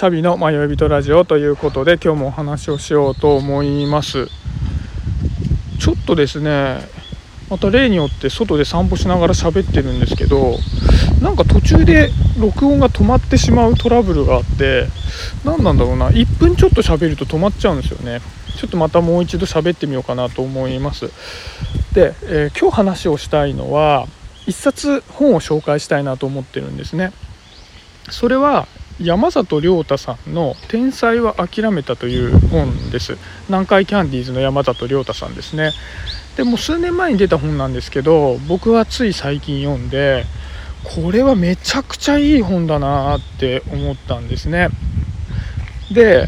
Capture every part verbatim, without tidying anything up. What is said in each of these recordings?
シャビの迷い人ラジオということで、今日もお話をしようと思います。ちょっとですね、また例によって外で散歩しながら喋ってるんですけど、なんか途中で録音が止まってしまうトラブルがあって、何なんだろうな、いっぷんちょっと喋ると止まっちゃうんですよね。ちょっとまたもう一度喋ってみようかなと思います。で、えー、今日話をしたいのは一冊本を紹介したいなと思ってるんですね。それは山里亮太さんの天才は諦めたという本です。南海キャンディーズの山里亮太さんですね。でもう数年前に出た本なんですけど、僕はつい最近読んで、これはめちゃくちゃいい本だなって思ったんですね。で、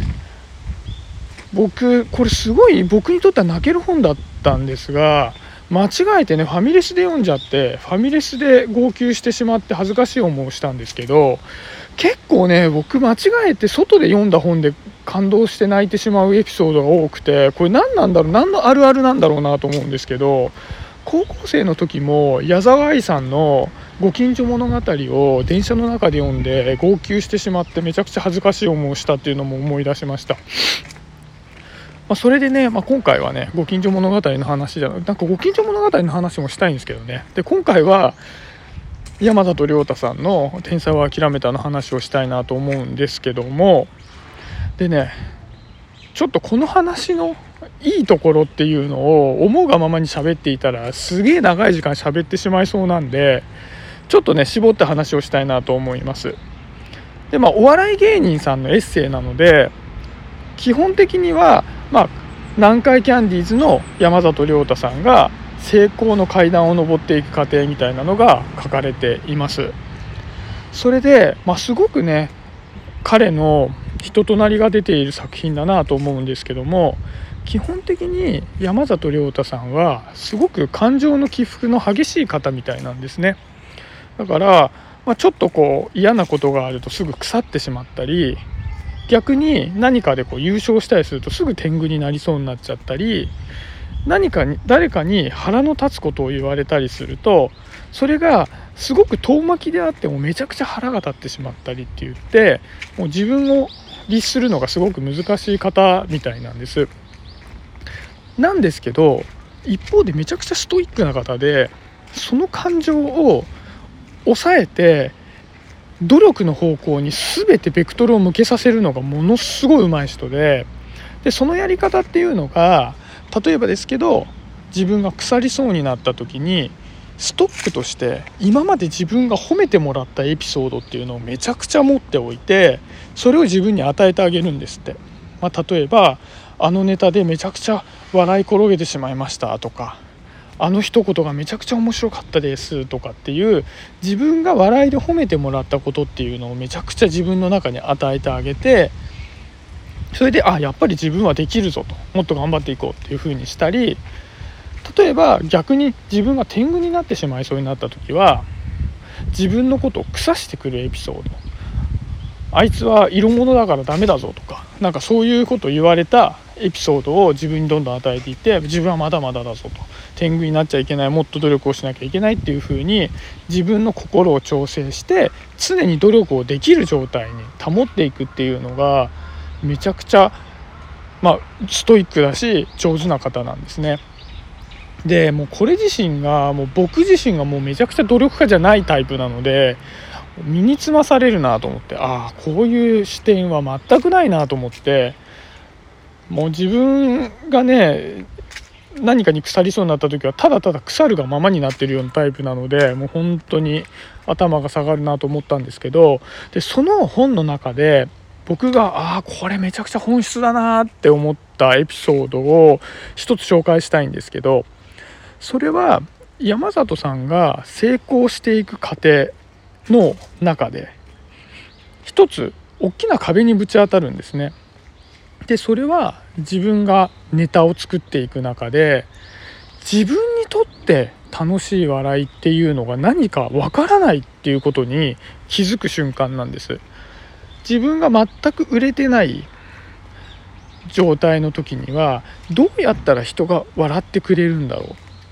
僕これすごい僕にとっては泣ける本だったんですが、間違えてねファミレスで読んじゃって、ファミレスで号泣してしまって恥ずかしい思いをしたんですけど、結構ね僕間違えて外で読んだ本で感動して泣いてしまうエピソードが多くて、これ何なんだろう、何のあるあるなんだろうなと思うんですけど、高校生の時も矢沢愛さんのご近所物語を電車の中で読んで号泣してしまって、めちゃくちゃ恥ずかしい思いをしたっていうのも思い出しました。まあ、それでね、まあ、今回はねご近所物語の話じゃなく、なんかご近所物語の話もしたいんですけどね。で、今回は山里亮太さんの天才は諦めたの話をしたいなと思うんですけども、でね、ちょっとこの話のいいところっていうのを思うがままに喋っていたらすげえ長い時間喋ってしまいそうなんで、ちょっとね絞って話をしたいなと思います。で、まあお笑い芸人さんのエッセイなので、基本的にはまあ南海キャンディーズの山里亮太さんが成功の階段を上っていく過程みたいなのが書かれています。それで、まあ、すごくね彼の人となりが出ている作品だなと思うんですけども、基本的に山里亮太さんはすごく感情の起伏の激しい方みたいなんですね。だから、まあ、ちょっとこう嫌なことがあるとすぐ腐ってしまったり、逆に何かでこう優勝したりするとすぐ天狗になりそうになっちゃったり、何かに誰かに腹の立つことを言われたりすると、それがすごく遠巻きであってもめちゃくちゃ腹が立ってしまったりって言って、もう自分を律するのがすごく難しい方みたいなんです。なんですけど一方でめちゃくちゃストイックな方で、その感情を抑えて努力の方向に全てベクトルを向けさせるのがものすごい上手い人で、でそのやり方っていうのが、例えばですけど自分が腐りそうになった時にストックとして今まで自分が褒めてもらったエピソードっていうのをめちゃくちゃ持っておいて、それを自分に与えてあげるんですって。まあ、例えばあのネタでめちゃくちゃ笑い転げてしまいましたとか、あの一言がめちゃくちゃ面白かったですとかっていう、自分が笑いで褒めてもらったことっていうのをめちゃくちゃ自分の中に与えてあげて、それであやっぱり自分はできるぞと、もっと頑張っていこうっていう風にしたり、例えば逆に自分が天狗になってしまいそうになった時は、自分のことを腐してくるエピソード、あいつは色物だからダメだぞとか、なんかそういうことを言われたエピソードを自分にどんどん与えていって、自分はまだまだだぞと、天狗になっちゃいけない、もっと努力をしなきゃいけないっていう風に自分の心を調整して常に努力をできる状態に保っていくっていうのがめちゃくちゃ、まあ、ストイックだし上手な方なんですね。でもうこれ自身がもう僕自身がもうめちゃくちゃ努力家じゃないタイプなので、身につまされるなと思って、ああこういう視点は全くないなと思って、もう自分がね何かに腐りそうになった時はただただ腐るがままになってるようなタイプなので、もう本当に頭が下がるなと思ったんですけど、でその本の中で僕がああこれめちゃくちゃ本質だなって思ったエピソードを一つ紹介したいんですけど、それは山里さんが成功していく過程の中で一つ大きな壁にぶち当たるんですね。でそれは自分がネタを作っていく中で、自分にとって楽しい笑いっていうのが何かわからないっていうことに気づく瞬間なんです。自分が全く売れてない状態の時にはどうやったら人が笑ってくれるんだろう、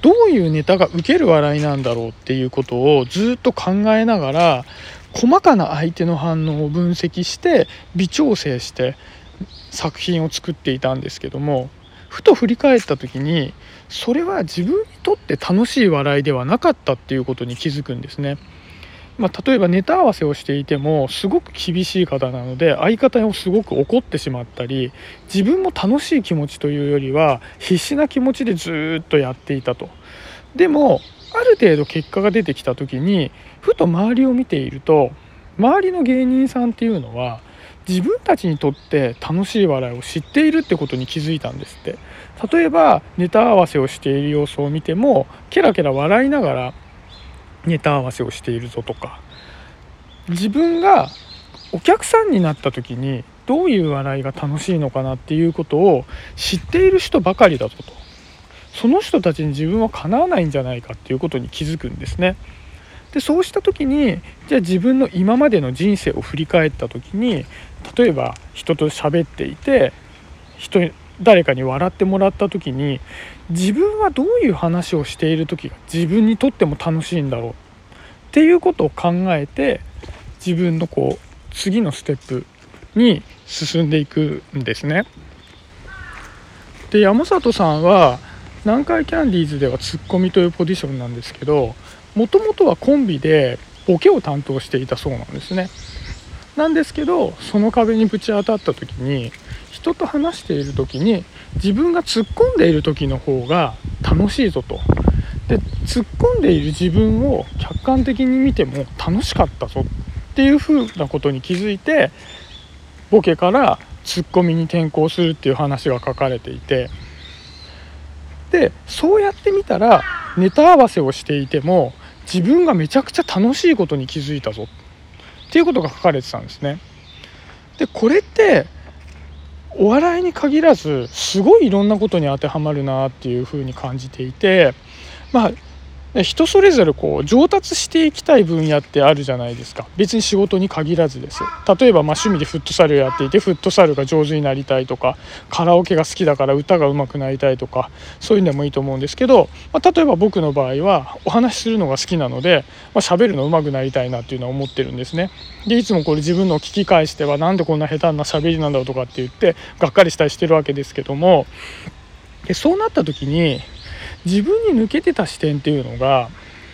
どういうネタが受ける笑いなんだろうっていうことをずっと考えながら、細かな相手の反応を分析して微調整して作品を作っていたんですけども、ふと振り返った時にそれは自分にとって楽しい笑いではなかったっていうことに気づくんですね。まあ、例えばネタ合わせをしていてもすごく厳しい方なので、相方をすごく怒ってしまったり、自分も楽しい気持ちというよりは必死な気持ちでずっとやっていたと。でもある程度結果が出てきた時にふと周りを見ていると、周りの芸人さんっていうのは自分たちにとって楽しい笑いを知っているってことに気づいたんですって。例えばネタ合わせをしている様子を見てもケラケラ笑いながらネタ合わせをしているぞとか、自分がお客さんになった時にどういう笑いが楽しいのかなっていうことを知っている人ばかりだぞと、その人たちに自分はかなわないんじゃないかっていうことに気づくんですね。でそうした時に、じゃあ自分の今までの人生を振り返った時に、例えば人と喋っていて人誰かに笑ってもらった時に、自分はどういう話をしている時が自分にとっても楽しいんだろうっていうことを考えて、自分のこう次のステップに進んでいくんですね。で山里さんは南海キャンディーズではツッコミというポジションなんですけど、もともとはコンビでボケを担当していたそうなんですね。なんですけどその壁にぶち当たった時に、人と話している時に自分が突っ込んでいる時の方が楽しいぞと。で突っ込んでいる自分を客観的に見ても楽しかったぞっていう風なことに気づいて、ボケからツッコミに転向するっていう話が書かれていて、でそうやってみたらネタ合わせをしていても自分がめちゃくちゃ楽しいことに気づいたぞっていうことが書かれてたんですね。でこれってお笑いに限らずすごいいろんなことに当てはまるなっていうふうに感じていて、まあ人それぞれこう上達していきたい分野ってあるじゃないですか。別に仕事に限らずです。例えばまあ趣味でフットサルをやっていてフットサルが上手になりたいとか、カラオケが好きだから歌が上手くなりたいとか、そういうのでもいいと思うんですけど、まあ、例えば僕の場合はお話しするのが好きなので、まあ、喋るの上手くなりたいなっていうのは思ってるんですね。でいつもこれ自分のを聞き返してはなんでこんな下手な喋りなんだろうとかって言ってがっかりしたりしてるわけですけども、でそうなった時に自分に抜けてた視点っていうのが、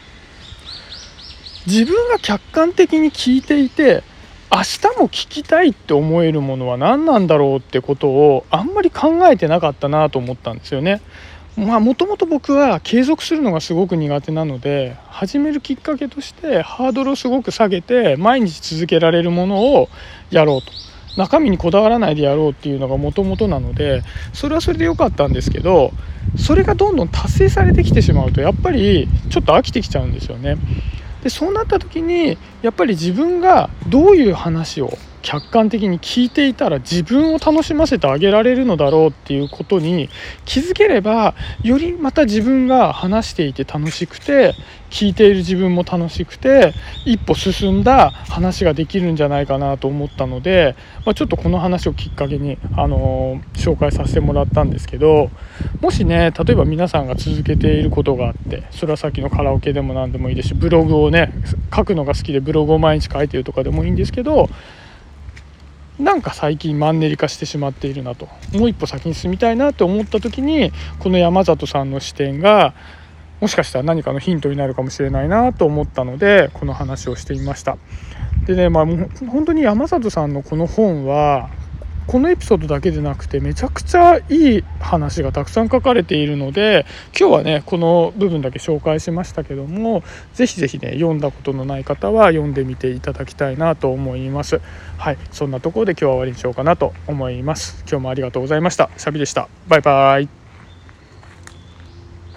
自分が客観的に聞いていて明日も聞きたいって思えるものは何なんだろうってことをあんまり考えてなかったなと思ったんですよね。まあもともと僕は継続するのがすごく苦手なので、始めるきっかけとしてハードルをすごく下げて毎日続けられるものをやろうと、中身にこだわらないでやろうっていうのがもともとなので、それはそれで良かったんですけど、それがどんどん達成されてきてしまうとやっぱりちょっと飽きてきちゃうんですよね。でそうなった時にやっぱり自分がどういう話を客観的に聞いていたら自分を楽しませてあげられるのだろうっていうことに気づければ、よりまた自分が話していて楽しくて聞いている自分も楽しくて一歩進んだ話ができるんじゃないかなと思ったので、まあ、ちょっとこの話をきっかけに、あのー、紹介させてもらったんですけど、もしね例えば皆さんが続けていることがあって、それはさっきのカラオケでも何でもいいですし、ブログをね書くのが好きでブログを毎日書いてるとかでもいいんですけど、なんか最近マンネリ化してしまっているなと、もう一歩先に進みたいなと思った時に、この山里さんの視点がもしかしたら何かのヒントになるかもしれないなと思ったのでこの話をしてみました。でね、まあ本当に山里さんのこの本はこのエピソードだけでなくてめちゃくちゃいい話がたくさん書かれているので、今日はねこの部分だけ紹介しましたけども、ぜひぜひね読んだことのない方は読んでみていただきたいなと思います。はい、そんなところで今日は終わりにしようかなと思います。今日もありがとうございました。シャビでした。バイバイ。